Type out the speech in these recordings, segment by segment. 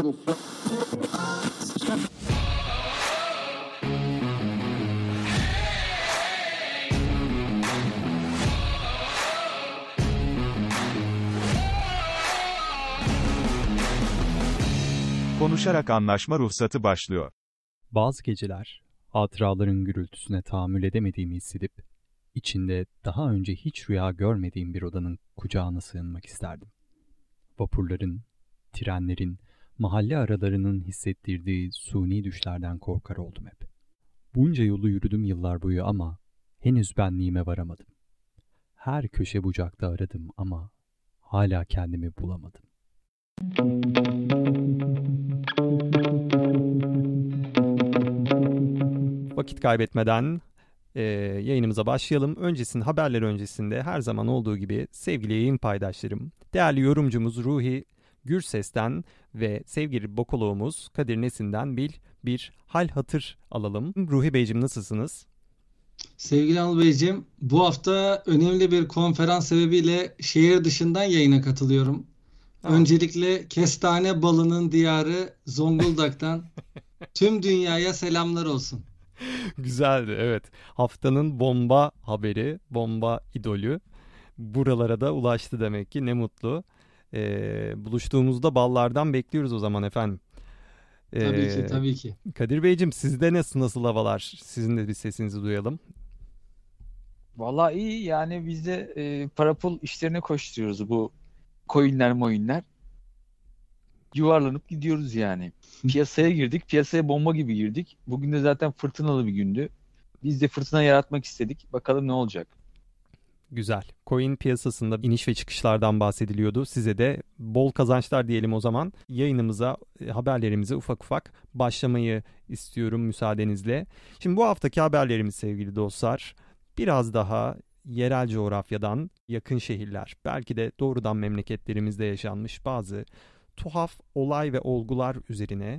Konuşarak anlaşma ruhsatı başlıyor. Bazı geceler hatıraların gürültüsüne tahammül edemediğimi hissedip içinde daha önce hiç rüya görmediğim bir odanın kucağına sığınmak isterdim. Vapurların, trenlerin, mahalle aralarının hissettirdiği suni düşlerden korkar oldum hep. Bunca yolu yürüdüm yıllar boyu ama henüz benliğime varamadım. Her köşe bucakta aradım ama hala kendimi bulamadım. Vakit kaybetmeden yayınımıza başlayalım. Haberler öncesinde her zaman olduğu gibi sevgili yayın paydaşlarım, değerli yorumcumuz Ruhi Gürses'ten ve sevgili bokoloğumuz Kadir Nesin'den bir hal hatır alalım. Ruhi Beyciğim, nasılsınız? Sevgili Anıl Beyciğim, bu hafta önemli bir konferans sebebiyle şehir dışından yayına katılıyorum. Öncelikle kestane balının diyarı Zonguldak'tan tüm dünyaya selamlar olsun. Güzeldi, evet. Haftanın bomba haberi, bomba idolü buralara da ulaştı demek ki. Ne mutlu. Buluştuğumuzda ballardan bekliyoruz o zaman efendim. Tabii ki. Kadir Beyciğim, sizde nasıl havalar? Sizin de bir sesinizi duyalım. Vallahi iyi yani, biz de para pul işlerine koşturuyoruz, bu coinler. Yuvarlanıp gidiyoruz yani. Piyasaya girdik. Piyasaya bomba gibi girdik. Bugün de zaten fırtınalı bir gündü. Biz de fırtına yaratmak istedik. Bakalım ne olacak. Güzel. Coin piyasasında iniş ve çıkışlardan bahsediliyordu. Size de bol kazançlar diyelim o zaman. Yayınımıza, haberlerimize ufak ufak başlamayı istiyorum müsaadenizle. Şimdi bu haftaki haberlerimiz sevgili dostlar, biraz daha yerel coğrafyadan, yakın şehirler, belki de doğrudan memleketlerimizde yaşanmış bazı tuhaf olay ve olgular üzerine,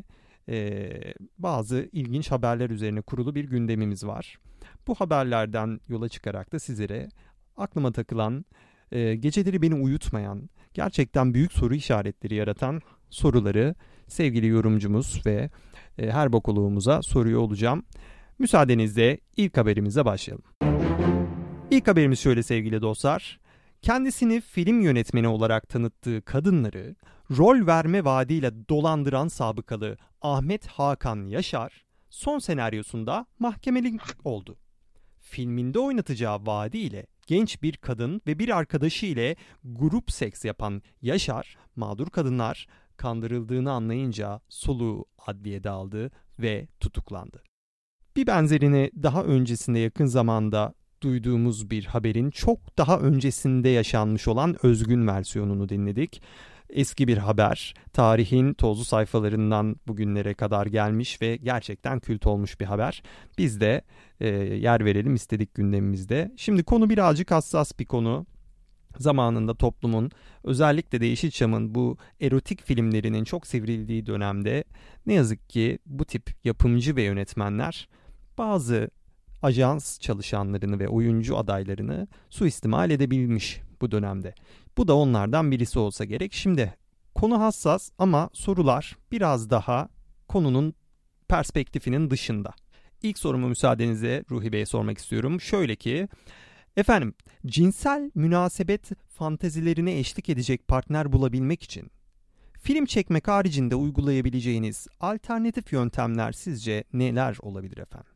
bazı ilginç haberler üzerine kurulu bir gündemimiz var. Bu haberlerden yola çıkarak da sizlere aklıma takılan, geceleri beni uyutmayan, gerçekten büyük soru işaretleri yaratan soruları sevgili yorumcumuz ve her bokoluğumuza soruyor olacağım. Müsaadenizle ilk haberimize başlayalım. İlk haberimiz şöyle sevgili dostlar. Kendisini film yönetmeni olarak tanıttığı kadınları rol verme vaadiyle dolandıran sabıkalı Ahmet Hakan Yaşar son senaryosunda mahkemeli oldu. Filminde oynatacağı vaadiyle genç bir kadın ve bir arkadaşı ile grup seks yapan Yaşar, mağdur kadınlar kandırıldığını anlayınca soluğu adliyede aldı ve tutuklandı. Bir benzerini daha öncesinde yakın zamanda duyduğumuz bir haberin çok daha öncesinde yaşanmış olan özgün versiyonunu dinledik. Eski bir haber, tarihin tozlu sayfalarından bugünlere kadar gelmiş ve gerçekten kült olmuş bir haber. Biz de yer verelim istedik gündemimizde. Şimdi konu birazcık hassas bir konu. Zamanında toplumun, özellikle de Yeşilçam'ın bu erotik filmlerinin çok sivrildiği dönemde ne yazık ki bu tip yapımcı ve yönetmenler bazı ajans çalışanlarını ve oyuncu adaylarını suistimal edebilmiş bu dönemde. Bu da onlardan birisi olsa gerek. Şimdi konu hassas ama sorular biraz daha konunun perspektifinin dışında. İlk sorumu müsaadenizle Ruhi Bey'e sormak istiyorum. Şöyle ki, efendim, cinsel münasebet fantezilerine eşlik edecek partner bulabilmek için film çekmek haricinde uygulayabileceğiniz alternatif yöntemler sizce neler olabilir efendim?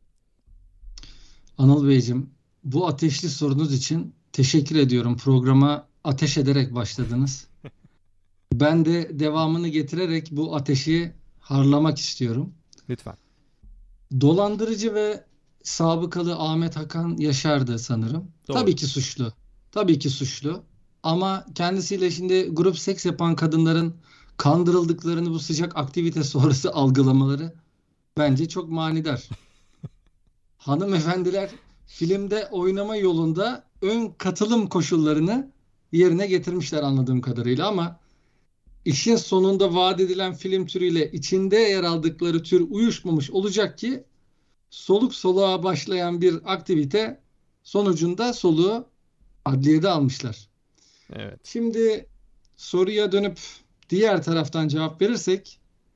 Anıl Beyciğim, bu ateşli sorunuz için teşekkür ediyorum. Programa ateş ederek başladınız. Ben de devamını getirerek bu ateşi harlamak istiyorum. Lütfen. Dolandırıcı ve sabıkalı Ahmet Hakan Yaşar'dı sanırım. Doğru. Tabii ki suçlu. Ama kendisiyle şimdi grup seks yapan kadınların kandırıldıklarını bu sıcak aktivite sonrası algılamaları bence çok manidar. Hanımefendiler filmde oynama yolunda ön katılım koşullarını yerine getirmişler anladığım kadarıyla, ama işin sonunda vaat edilen film türüyle içinde yer aldıkları tür uyuşmamış olacak ki soluk soluğa başlayan bir aktivite sonucunda soluğu adliyede almışlar. Evet. Şimdi soruya dönüp diğer taraftan cevap verirsek,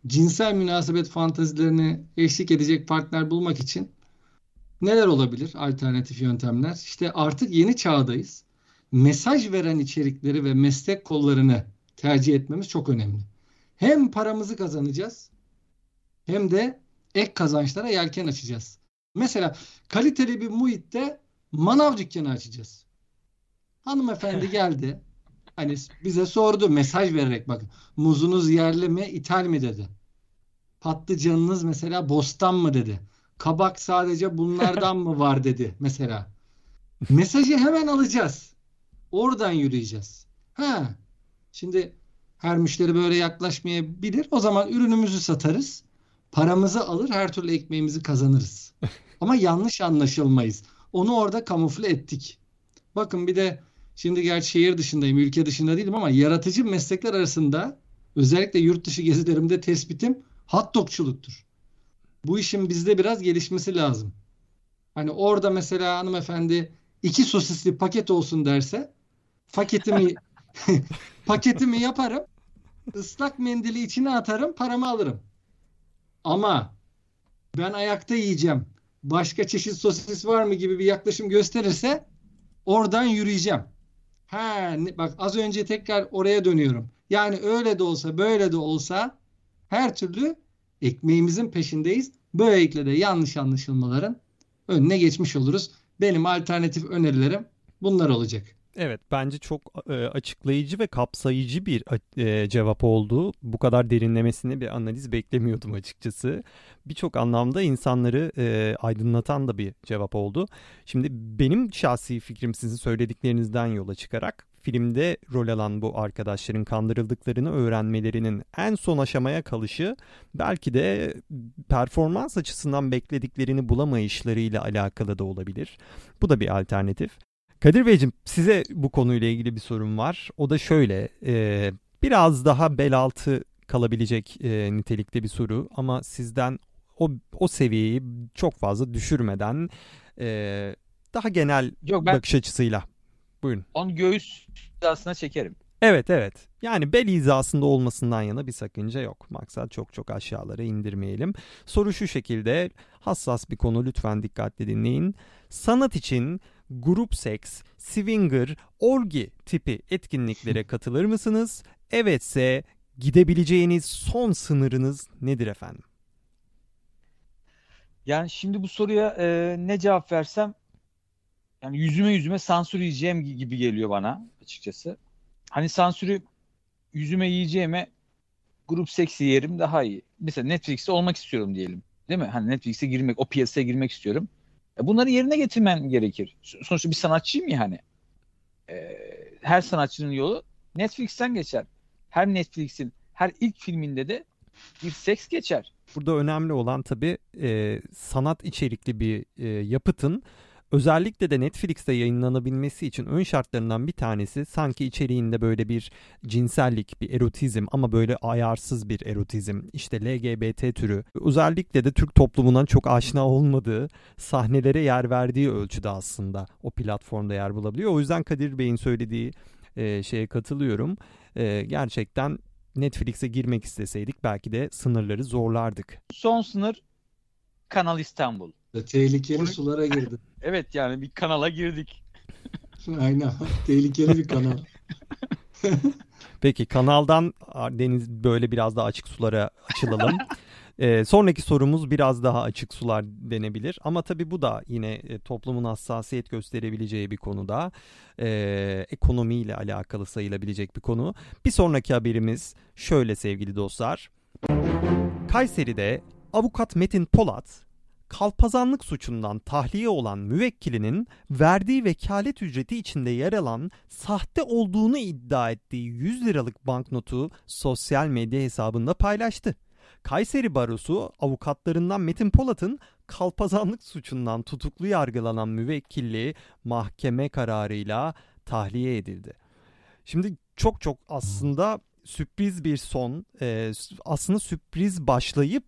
cinsel münasebet fantazilerine eşlik edecek partner bulmak için neler olabilir alternatif yöntemler? İşte artık yeni çağdayız. Mesaj veren içerikleri ve meslek kollarını tercih etmemiz çok önemli. Hem paramızı kazanacağız hem de ek kazançlara yelken açacağız. Mesela kaliteli bir muhitte manav dükkanı açacağız. Hanımefendi geldi. Hani bize sordu mesaj vererek, bakın, muzunuz yerli mi, ithal mi dedi. Patlıcanınız mesela bostan mı dedi. Kabak sadece bunlardan mı var dedi mesela. Mesajı hemen alacağız. Oradan yürüyeceğiz. Şimdi her müşteri böyle yaklaşmayabilir. O zaman ürünümüzü satarız. Paramızı alır, her türlü ekmeğimizi kazanırız. Ama yanlış anlaşılmayız. Onu orada kamufle ettik. Bakın bir de şimdi gerçi şehir dışındayım, ülke dışında değilim ama yaratıcı meslekler arasında özellikle yurt dışı gezilerimde tespitim hot dogçuluktur. Bu işin bizde biraz gelişmesi lazım. Hani orada mesela hanımefendi 2 sosisli paket olsun derse paketimi paketimi yaparım, ıslak mendili içine atarım, paramı alırım. Ama ben ayakta yiyeceğim, başka çeşit sosis var mı gibi bir yaklaşım gösterirse oradan yürüyeceğim. Bak az önce tekrar oraya dönüyorum. Yani öyle de olsa böyle de olsa her türlü ekmeğimizin peşindeyiz. Böylelikle de yanlış anlaşılmaların önüne geçmiş oluruz. Benim alternatif önerilerim bunlar olacak. Evet, bence çok açıklayıcı ve kapsayıcı bir cevap oldu. Bu kadar derinlemesine bir analiz beklemiyordum açıkçası. Birçok anlamda insanları aydınlatan da bir cevap oldu. Şimdi benim şahsi fikrim sizin söylediklerinizden yola çıkarak filmde rol alan bu arkadaşların kandırıldıklarını öğrenmelerinin en son aşamaya kalışı belki de performans açısından beklediklerini bulamayışlarıyla alakalı da olabilir. Bu da bir alternatif. Kadir Beyciğim, size bu konuyla ilgili bir sorum var. O da şöyle, biraz daha bel altı kalabilecek nitelikte bir soru ama sizden o seviyeyi çok fazla düşürmeden daha genel bakış açısıyla. Buyurun. Onu göğüs hizasına çekerim. Evet. Yani bel hizasında olmasından yana bir sakınca yok. Maksat çok aşağılara indirmeyelim. Soru şu şekilde, hassas bir konu, lütfen dikkatle dinleyin. Sanat için grup seks, swinger, orgi tipi etkinliklere katılır mısınız? Evetse gidebileceğiniz son sınırınız nedir efendim? Yani şimdi bu soruya ne cevap versem yani yüzüme sansür yiyeceğim gibi geliyor bana açıkçası. Hani sansürü yüzüme yiyeceğime grup seksi yerim daha iyi. Mesela Netflix'te olmak istiyorum diyelim. Değil mi? Hani Netflix'e girmek, o piyasaya girmek istiyorum. Bunları yerine getirmen gerekir. Sonuçta bir sanatçıyım ya hani. Her sanatçının yolu Netflix'ten geçer. Her Netflix'in her ilk filminde de bir seks geçer. Burada önemli olan tabii sanat içerikli bir yapıtın özellikle de Netflix'te yayınlanabilmesi için ön şartlarından bir tanesi sanki içeriğinde böyle bir cinsellik, bir erotizm ama böyle ayarsız bir erotizm, işte LGBT türü, özellikle de Türk toplumuna çok aşina olmadığı sahnelere yer verdiği ölçüde aslında o platformda yer bulabiliyor. O yüzden Kadir Bey'in söylediği şeye katılıyorum. Gerçekten Netflix'e girmek isteseydik belki de sınırları zorlardık. Son sınır Kanal İstanbul. Tehlikeli sulara girdi. Evet, yani bir kanala girdik. Aynen. Tehlikeli bir kanal. Peki kanaldan deniz böyle biraz daha açık sulara açılalım. Sonraki sorumuz biraz daha açık sular denebilir. Ama tabii bu da yine toplumun hassasiyet gösterebileceği bir konuda. Ekonomiyle alakalı sayılabilecek bir konu. Bir sonraki haberimiz şöyle sevgili dostlar. Kayseri'de avukat Metin Polat, kalpazanlık suçundan tahliye olan müvekkilinin verdiği vekalet ücreti içinde yer alan sahte olduğunu iddia ettiği 100 liralık banknotu sosyal medya hesabında paylaştı. Kayseri Barosu avukatlarından Metin Polat'ın kalpazanlık suçundan tutuklu yargılanan müvekkilliği mahkeme kararıyla tahliye edildi. Şimdi çok aslında sürpriz bir son, aslında sürpriz başlayıp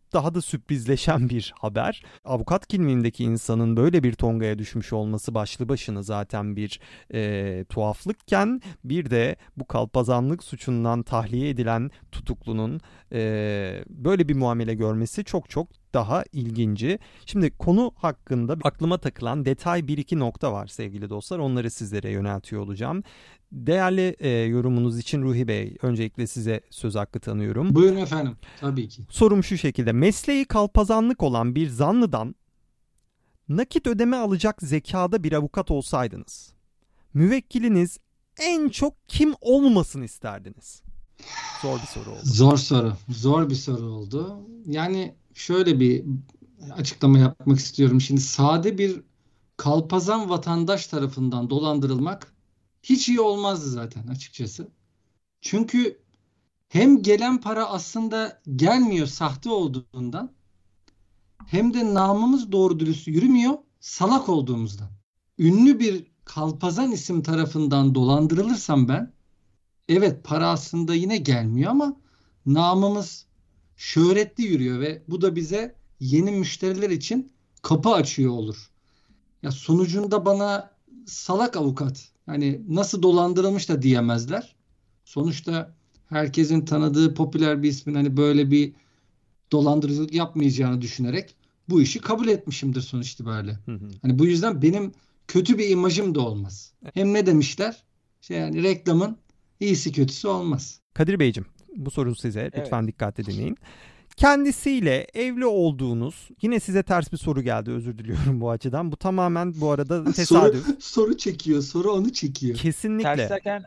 daha da sürprizleşen bir haber. Avukat kimliğindeki insanın böyle bir tongaya düşmüş olması başlı başına zaten bir tuhaflıkken, bir de bu kalpazanlık suçundan tahliye edilen tutuklunun böyle bir muamele görmesi çok çok daha ilginci. Şimdi konu hakkında aklıma takılan detay bir iki nokta var sevgili dostlar. Onları sizlere yöneltiyor olacağım. Değerli yorumunuz için Ruhi Bey, öncelikle size söz hakkı tanıyorum. Buyurun efendim. Tabii ki. Sorum şu şekilde: mesleği kalpazanlık olan bir zanlıdan nakit ödeme alacak zekada bir avukat olsaydınız, müvekkiliniz en çok kim olmasını isterdiniz? Zor bir soru oldu. Zor soru. Zor bir soru oldu. Yani şöyle bir açıklama yapmak istiyorum. Şimdi sade bir kalpazan vatandaş tarafından dolandırılmak hiç iyi olmazdı zaten açıkçası. Çünkü hem gelen para aslında gelmiyor sahte olduğundan, hem de namımız doğru dürüst yürümüyor salak olduğumuzdan. Ünlü bir kalpazan isim tarafından dolandırılırsam ben, evet para aslında yine gelmiyor ama namımız şöhretli yürüyor ve bu da bize yeni müşteriler için kapı açıyor olur. Ya sonucunda bana salak avukat, hani nasıl dolandırılmış da diyemezler. Sonuçta herkesin tanıdığı popüler bir ismin hani böyle bir dolandırıcılık yapmayacağını düşünerek bu işi kabul etmişimdir sonuç itibariyle. Hani bu yüzden benim kötü bir imajım da olmaz. Hem ne demişler? Yani reklamın iyisi kötüsü olmaz. Kadir Beyciğim, bu soru size. Lütfen Evet. dikkatli dinleyin. Kendisiyle evli olduğunuz, yine size ters bir soru geldi, özür diliyorum bu açıdan. Bu tamamen bu arada tesadüf. Soru çekiyor, soru onu çekiyor. Kesinlikle. Ters derken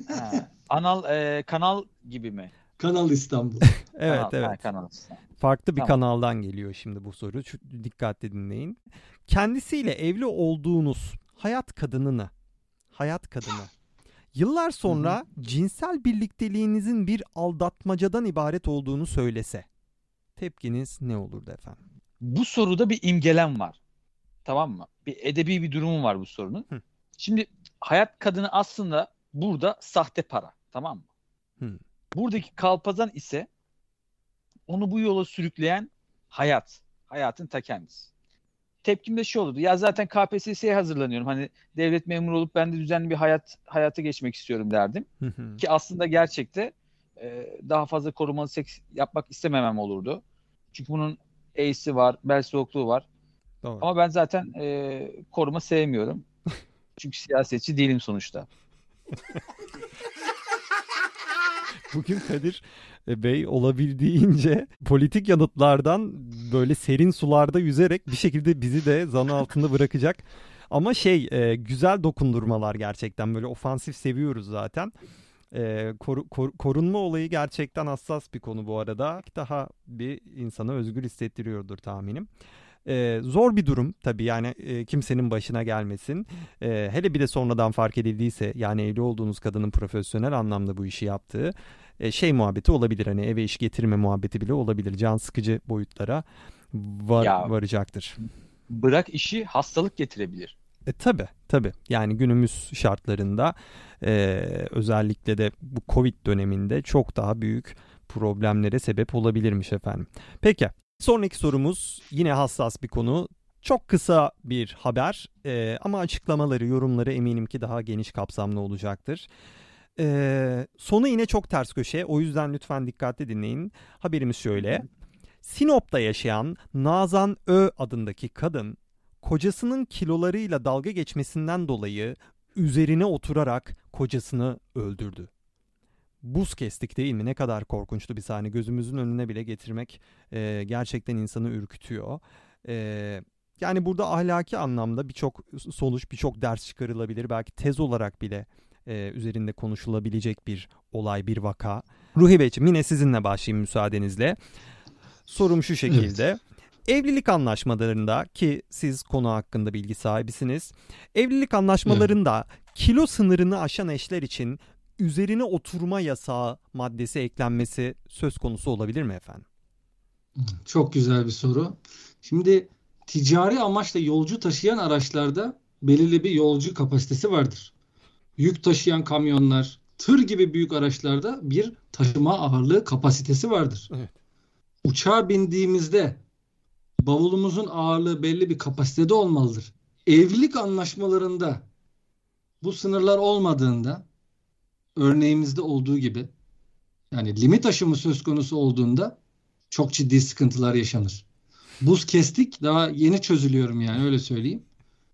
kanal gibi mi? Kanal İstanbul. Evet, Kanal, evet. ha, kanal. Farklı bir Tamam. kanaldan geliyor şimdi bu soru. Dikkatli dinleyin. Kendisiyle evli olduğunuz hayat kadını yıllar sonra cinsel birlikteliğinizin bir aldatmacadan ibaret olduğunu söylese, tepkiniz ne olurdu efendim? Bu soruda bir imgelem var. Tamam mı? Bir edebi bir durumu var bu sorunun. Hı. Şimdi hayat kadını aslında burada sahte para. Tamam mı? Hı. Buradaki kalpazan ise onu bu yola sürükleyen hayat. Hayatın ta kendisi. Tepkim de şu olurdu. Ya zaten KPSS'ye hazırlanıyorum. Hani devlet memuru olup ben de düzenli bir hayata geçmek istiyorum derdim. Ki aslında gerçekte daha fazla korumalı seks yapmak istememem olurdu. Çünkü bunun E'si var, bel soğukluğu var. Doğru. Ama ben zaten koruma sevmiyorum. Çünkü siyasetçi değilim sonuçta. Bugün Kadir Bey olabildiğince politik yanıtlardan böyle serin sularda yüzerek bir şekilde bizi de zan altında bırakacak. Ama güzel dokundurmalar gerçekten, böyle ofansif seviyoruz zaten. Korunma olayı gerçekten hassas bir konu bu arada. Daha bir insana özgür hissettiriyordur tahminim. Zor bir durum tabii, yani kimsenin başına gelmesin. Hele bir de sonradan fark edildiyse, yani evli olduğunuz kadının profesyonel anlamda bu işi yaptığı muhabbeti olabilir. Hani eve iş getirme muhabbeti bile olabilir. Can sıkıcı boyutlara varacaktır. Bırak işi, hastalık getirebilir. Tabii. Yani günümüz şartlarında özellikle de bu Covid döneminde çok daha büyük problemlere sebep olabilirmiş efendim. Peki. Sonraki sorumuz yine hassas bir konu. Çok kısa bir haber ama açıklamaları, yorumları eminim ki daha geniş kapsamlı olacaktır. Sonu yine çok ters köşe, o yüzden lütfen dikkatli dinleyin. Haberimiz şöyle: Sinop'ta yaşayan Nazan Ö adındaki kadın, kocasının kilolarıyla dalga geçmesinden dolayı üzerine oturarak kocasını öldürdü. Buz kestik değil mi? Ne kadar korkunçtu bir sahne. Gözümüzün önüne bile getirmek gerçekten insanı ürkütüyor. Yani burada ahlaki anlamda birçok sonuç, birçok ders çıkarılabilir. Belki tez olarak bile üzerinde konuşulabilecek bir olay, bir vaka. Ruhi Beyciğim, yine sizinle başlayayım müsaadenizle. Sorum şu şekilde. Evet. Evlilik anlaşmalarında, ki siz konu hakkında bilgi sahibisiniz, evlilik anlaşmalarında kilo sınırını aşan eşler için üzerine oturma yasağı maddesi eklenmesi söz konusu olabilir mi efendim? Çok güzel bir soru. Şimdi ticari amaçla yolcu taşıyan araçlarda belirli bir yolcu kapasitesi vardır. Yük taşıyan kamyonlar, tır gibi büyük araçlarda bir taşıma ağırlığı kapasitesi vardır. Evet. Uçağa bindiğimizde bavulumuzun ağırlığı belli bir kapasitede olmalıdır. Evlilik anlaşmalarında bu sınırlar olmadığında, örneğimizde olduğu gibi, yani limit aşımı söz konusu olduğunda çok ciddi sıkıntılar yaşanır. Buz kestik, daha yeni çözülüyorum yani, öyle söyleyeyim.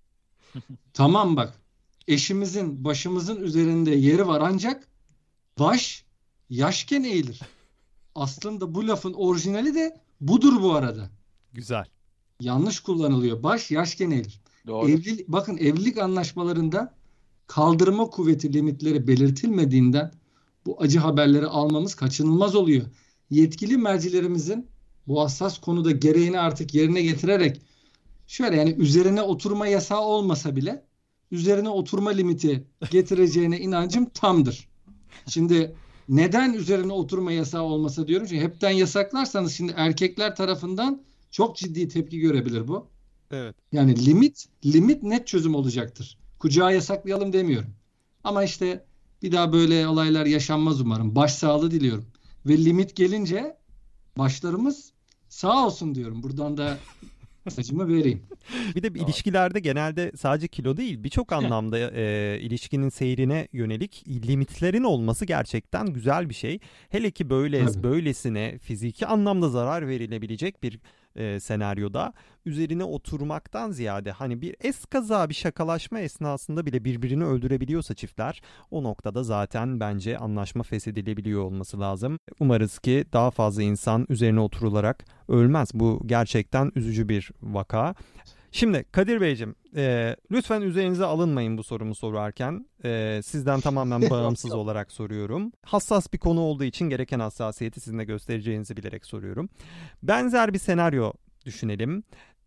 Tamam bak, eşimizin başımızın üzerinde yeri var, ancak baş yaşken eğilir. Aslında bu lafın orijinali de budur bu arada. Güzel. Yanlış kullanılıyor. Baş yaşken eğilir. Doğru. Bakın, evlilik anlaşmalarında kaldırma kuvveti limitleri belirtilmediğinden bu acı haberleri almamız kaçınılmaz oluyor. Yetkili mercilerimizin bu hassas konuda gereğini artık yerine getirerek, şöyle yani, üzerine oturma yasağı olmasa bile üzerine oturma limiti getireceğine inancım tamdır. Şimdi neden üzerine oturma yasağı olmasa diyorum. Çünkü hepten yasaklarsanız şimdi erkekler tarafından çok ciddi tepki görebilir bu. Evet. Yani limit net çözüm olacaktır. Kucağı yasaklayalım demiyorum. Ama işte bir daha böyle olaylar yaşanmaz umarım. Başsağlığı diliyorum. Ve limit gelince başlarımız sağ olsun diyorum. Buradan da mesajımı vereyim. Bir de ilişkilerde genelde sadece kilo değil, birçok anlamda ilişkinin seyrine yönelik limitlerin olması gerçekten güzel bir şey. Hele ki Tabii. böylesine fiziki anlamda zarar verilebilecek bir senaryoda üzerine oturmaktan ziyade, hani bir eskaza, bir şakalaşma esnasında bile birbirini öldürebiliyorsa çiftler, o noktada zaten bence anlaşma feshedilebiliyor olması lazım. Umarız ki daha fazla insan üzerine oturularak ölmez. Bu gerçekten üzücü bir vaka. Şimdi Kadir Beyciğim, lütfen üzerinize alınmayın bu sorumu sorarken. Sizden tamamen bağımsız olarak soruyorum. Hassas bir konu olduğu için gereken hassasiyeti sizin de göstereceğinizi bilerek soruyorum. Benzer bir senaryo düşünelim.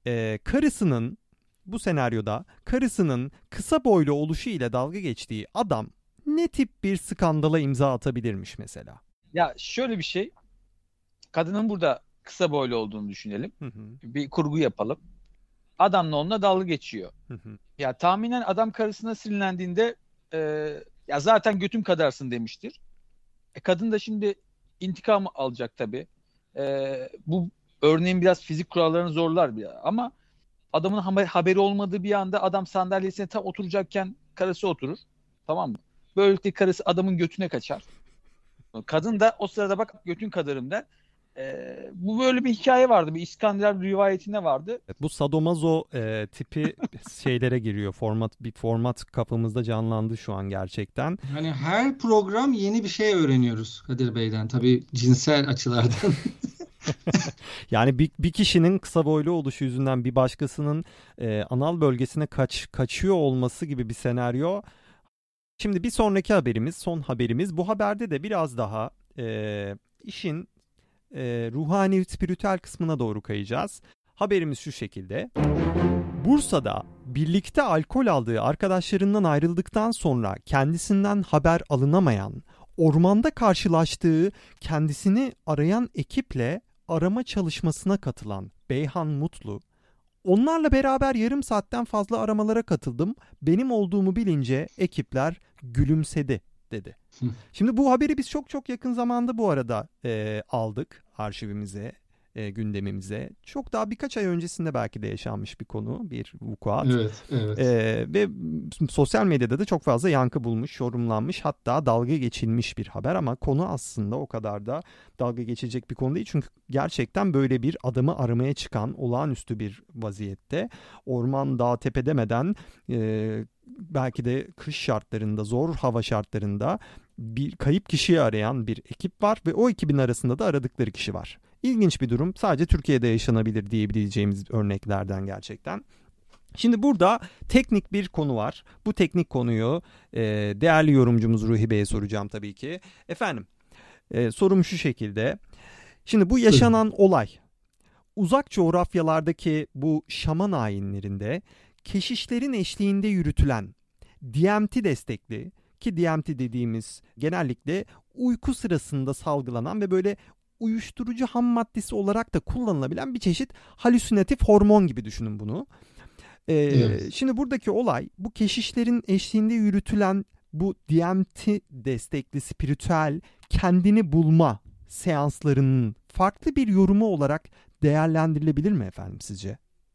Bu senaryoda karısının kısa boylu oluşu ile dalga geçtiği adam ne tip bir skandala imza atabilirmiş mesela? Ya şöyle bir şey. Kadının burada kısa boylu olduğunu düşünelim. Hı hı, Bir kurgu yapalım. Adamla onunla dalga geçiyor. hı hı. Ya tahminen adam karısına sinirlendiğinde ya zaten götüm kadarsın demiştir. Kadın da şimdi intikam alacak tabii. Bu örneğin biraz fizik kurallarını zorlar bir, ama adamın haberi olmadığı bir anda adam sandalyesine tam oturacakken karısı oturur. Tamam mı? Böylelikle karısı adamın götüne kaçar. Kadın da o sırada bak götün kadarım der. Bu böyle bir hikaye vardı. Bir İskandinav rivayetinde vardı. Bu sadomazo tipi şeylere giriyor. Format kafamızda canlandı şu an gerçekten. Yani her program yeni bir şey öğreniyoruz Kadir Bey'den. Tabii cinsel açılardan. Yani bir kişinin kısa boylu oluşu yüzünden bir başkasının anal bölgesine kaçıyor olması gibi bir senaryo. Şimdi bir sonraki haberimiz, son haberimiz. Bu haberde de biraz daha işin ruhani, spiritüel kısmına doğru kayacağız. Haberimiz şu şekilde. Bursa'da birlikte alkol aldığı arkadaşlarından ayrıldıktan sonra kendisinden haber alınamayan, ormanda karşılaştığı kendisini arayan ekiple arama çalışmasına katılan Beyhan Mutlu, onlarla beraber yarım saatten fazla aramalara katıldım. Benim olduğumu bilince ekipler gülümsedi dedi. Şimdi bu haberi biz çok yakın zamanda bu arada aldık arşivimize, gündemimize. Çok daha birkaç ay öncesinde belki de yaşanmış bir konu, bir vukuat. Evet. Ve sosyal medyada da çok fazla yankı bulmuş, yorumlanmış, hatta dalga geçilmiş bir haber, ama konu aslında o kadar da dalga geçilecek bir konu değil. Çünkü gerçekten böyle bir adamı aramaya çıkan olağanüstü bir vaziyette, orman, dağ, tepe demeden belki de kış şartlarında, zor hava şartlarında bir kayıp kişiyi arayan bir ekip var ve o ekibin arasında da aradıkları kişi var. İlginç bir durum. Sadece Türkiye'de yaşanabilir diyebileceğimiz örneklerden gerçekten. Şimdi burada teknik bir konu var. Bu teknik konuyu değerli yorumcumuz Ruhi Bey'e soracağım tabii ki. Efendim, sorum şu şekilde. Şimdi bu yaşanan olay, uzak coğrafyalardaki bu şaman ayinlerinde keşişlerin eşliğinde yürütülen DMT destekli, ki DMT dediğimiz genellikle uyku sırasında salgılanan ve böyle uyuşturucu ham maddesi olarak da kullanılabilen bir çeşit halüsinatif hormon gibi düşünün bunu. Evet. Şimdi buradaki olay, bu keşişlerin eşliğinde yürütülen bu DMT destekli spiritüel kendini bulma seanslarının farklı bir yorumu olarak değerlendirilebilir mi efendim sizce?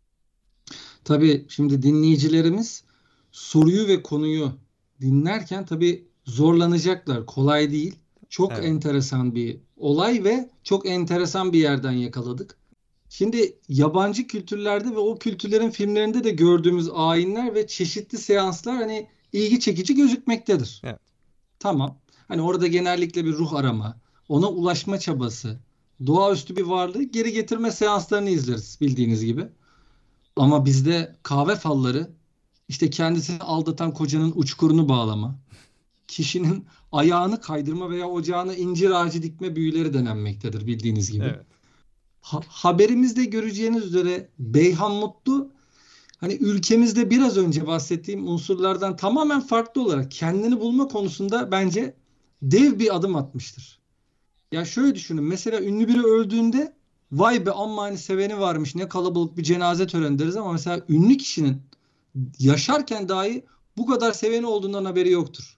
Tabii şimdi dinleyicilerimiz soruyu ve konuyu dinlerken tabii zorlanacaklar. Kolay değil. Çok Evet. enteresan bir olay ve çok enteresan bir yerden yakaladık. Şimdi yabancı kültürlerde ve o kültürlerin filmlerinde de gördüğümüz ayinler ve çeşitli seanslar hani ilgi çekici gözükmektedir. Evet. Tamam. Hani orada genellikle bir ruh arama, ona ulaşma çabası, doğaüstü bir varlığı geri getirme seanslarını izleriz bildiğiniz gibi. Ama bizde kahve falları işte kendisini aldatan kocanın uçkurunu bağlama, kişinin ayağını kaydırma veya ocağına incir ağacı dikme büyüleri denenmektedir bildiğiniz gibi. Evet. Haberimizde göreceğiniz üzere Beyhan Mutlu hani ülkemizde biraz önce bahsettiğim unsurlardan tamamen farklı olarak kendini bulma konusunda bence dev bir adım atmıştır. Ya şöyle düşünün, mesela ünlü biri öldüğünde vay be amma hani seveni varmış, ne kalabalık bir cenaze töreni deriz, ama mesela ünlü kişinin yaşarken dahi bu kadar seveni olduğundan haberi yoktur.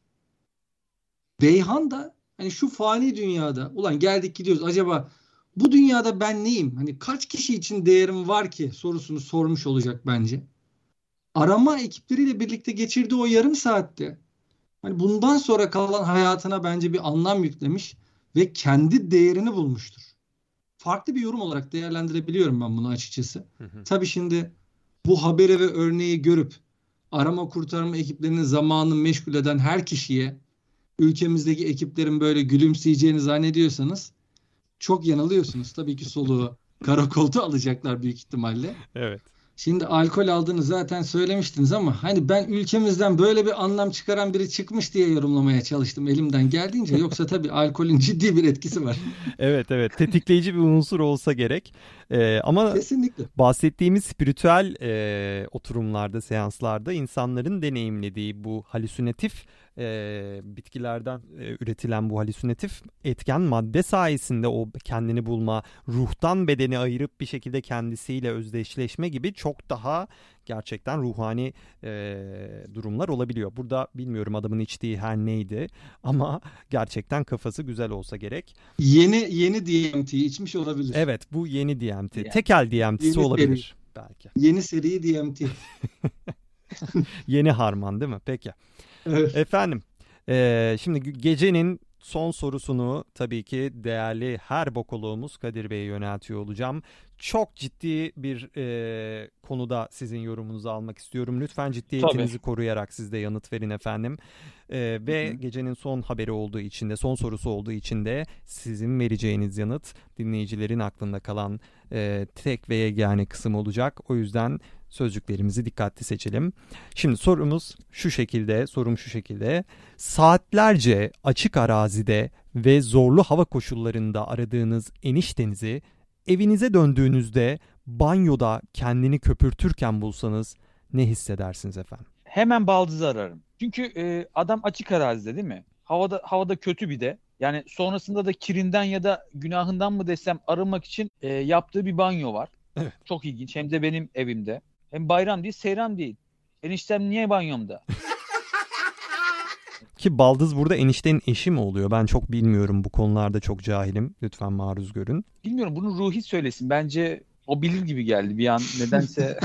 Beyhan da hani şu fani dünyada ulan geldik gidiyoruz, acaba bu dünyada ben neyim? Hani kaç kişi için değerim var ki sorusunu sormuş olacak bence. Arama ekipleriyle birlikte geçirdiği o yarım saatte hani bundan sonra kalan hayatına bence bir anlam yüklemiş ve kendi değerini bulmuştur. Farklı bir yorum olarak değerlendirebiliyorum ben bunu açıkçası. Tabii şimdi bu haberi ve örneği görüp arama kurtarma ekiplerinin zamanını meşgul eden her kişiye ülkemizdeki ekiplerin böyle gülümseyeceğini zannediyorsanız çok yanılıyorsunuz. Tabii ki soluğu karakolda alacaklar büyük ihtimalle. Evet. Şimdi alkol aldığını zaten söylemiştiniz ama hani ben ülkemizden böyle bir anlam çıkaran biri çıkmış diye yorumlamaya çalıştım elimden geldiğince. Yoksa tabii alkolün ciddi bir etkisi var. Evet, evet, tetikleyici bir unsur olsa gerek. Ama Kesinlikle. bahsettiğimiz spiritüel oturumlarda, seanslarda insanların deneyimlediği bu halüsinatif bitkilerden üretilen bu halüsinatif etken madde sayesinde o kendini bulma, ruhtan bedeni ayırıp bir şekilde kendisiyle özdeşleşme gibi çok daha gerçekten ruhani durumlar olabiliyor. Burada bilmiyorum adamın içtiği her neydi ama gerçekten kafası güzel olsa gerek. Yeni DMT'yi içmiş olabilir. Evet, bu yeni DMT. Yani, Tekel DMT'si yeni olabilir belki. Yeni seri DMT. Yeni harman değil mi? Peki. Evet. Efendim, şimdi gecenin son sorusunu tabii ki değerli her bokoluğumuz Kadir Bey'e yöneltiyor olacağım. Çok ciddi bir konuda sizin yorumunuzu almak istiyorum. Lütfen ciddiyetinizi koruyarak siz de yanıt verin efendim. Ve gecenin son haberi olduğu için de, son sorusu olduğu için de sizin vereceğiniz yanıt dinleyicilerin aklında kalan tek ve yegane kısım olacak. O yüzden sözcüklerimizi dikkatli seçelim. Şimdi sorum şu şekilde. Saatlerce açık arazide ve zorlu hava koşullarında aradığınız eniştenizi evinize döndüğünüzde banyoda kendini köpürtürken bulsanız ne hissedersiniz efendim? Hemen baldızı ararım. Çünkü adam açık arazide değil mi? Havada kötü bir de. Yani sonrasında da kirinden ya da günahından mı desem arınmak için yaptığı bir banyo var. Evet. Çok ilginç. Hem de benim evimde. Hem bayram değil, seyran değil. Eniştem niye banyomda? Ki baldız burada eniştenin eşi mi oluyor? Ben çok bilmiyorum, bu konularda çok cahilim. Lütfen maruz görün. Bilmiyorum, bunu Ruhi söylesin. Bence o bilir gibi geldi bir an. Nedense.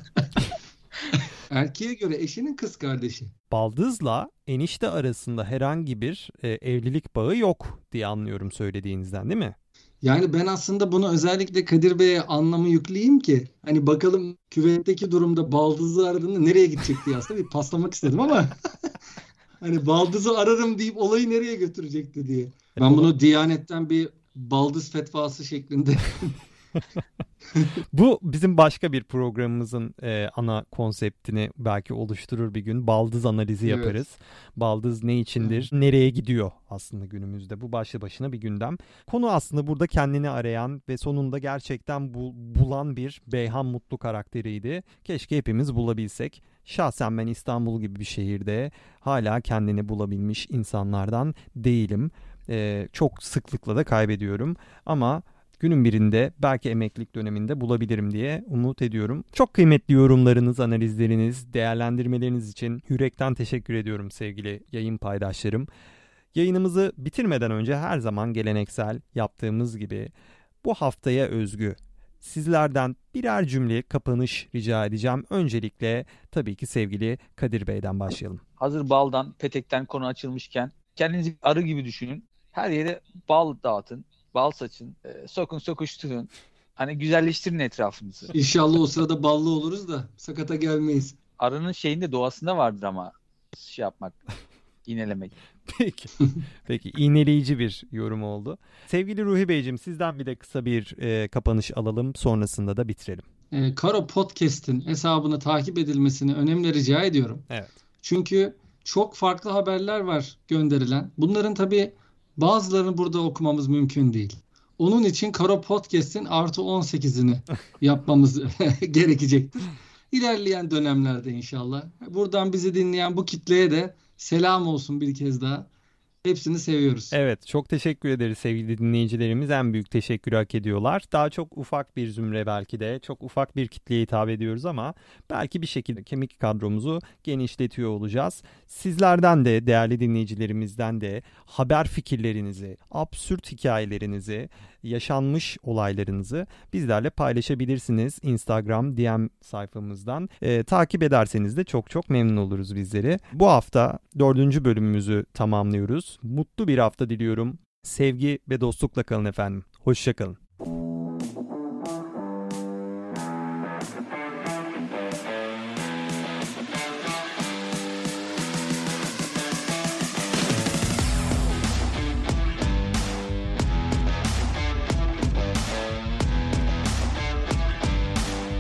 Erkeğe göre eşinin kız kardeşi. Baldızla enişte arasında herhangi bir evlilik bağı yok diye anlıyorum söylediğinizden, değil mi? Yani ben aslında bunu özellikle Kadir Bey'e anlamı yükleyeyim ki hani bakalım küvetteki durumda baldızı aradığında nereye gidecek diye aslında bir paslamak istedim ama hani baldızı ararım deyip olayı nereye götürecekti diye. Ben bunu Diyanet'ten bir baldız fetvası şeklinde. Bu bizim başka bir programımızın ana konseptini belki oluşturur bir gün. Baldız analizi Evet. yaparız. Baldız ne içindir? Nereye gidiyor aslında günümüzde? Bu başlı başına bir gündem. Konu aslında burada kendini arayan ve sonunda gerçekten bulan bir Beyhan Mutlu karakteriydi. Keşke hepimiz bulabilsek. Şahsen ben İstanbul gibi bir şehirde hala kendini bulabilmiş insanlardan değilim. Çok sıklıkla da kaybediyorum. Ama günün birinde belki emeklilik döneminde bulabilirim diye umut ediyorum. Çok kıymetli yorumlarınız, analizleriniz, değerlendirmeleriniz için yürekten teşekkür ediyorum sevgili yayın paydaşlarım. Yayınımızı bitirmeden önce her zaman geleneksel yaptığımız gibi bu haftaya özgü sizlerden birer cümle kapanış rica edeceğim. Öncelikle tabii ki sevgili Kadir Bey'den başlayalım. Hazır baldan, petekten konu açılmışken kendinizi bir arı gibi düşünün. Her yere bal dağıtın, bal saçın, sokun sokuşturun. Hani güzelleştirin etrafınızı. İnşallah o sırada ballı oluruz da sakata gelmeyiz. Arının şeyinde doğasında vardır ama şey yapmak, iğnelemek. Peki. Peki, iğneleyici bir yorum oldu. Sevgili Ruhi Beyciğim, sizden bir de kısa bir kapanış alalım. Sonrasında da bitirelim. Karo Podcast'in hesabını takip edilmesini önemli rica ediyorum. Evet. Çünkü çok farklı haberler var gönderilen. Bunların tabii bazılarını burada okumamız mümkün değil. Onun için Karo Podcast'in +18'ini yapmamız gerekecektir. İlerleyen dönemlerde inşallah. Buradan bizi dinleyen bu kitleye de selam olsun bir kez daha. Hepsini seviyoruz. Evet, çok teşekkür ederiz sevgili dinleyicilerimiz. En büyük teşekkürü hak ediyorlar. Daha çok ufak bir zümre, belki de çok ufak bir kitleye hitap ediyoruz ama belki bir şekilde kemik kadromuzu genişletiyor olacağız. Sizlerden de, değerli dinleyicilerimizden de haber fikirlerinizi, absürt hikayelerinizi, yaşanmış olaylarınızı bizlerle paylaşabilirsiniz Instagram DM sayfamızdan. Takip ederseniz de çok çok memnun oluruz bizleri. Bu hafta 4. bölümümüzü tamamlıyoruz. Mutlu bir hafta diliyorum. Sevgi ve dostlukla kalın efendim. Hoşça kalın.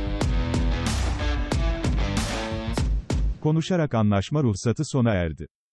Konuşarak anlaşma ruhsatı sona erdi.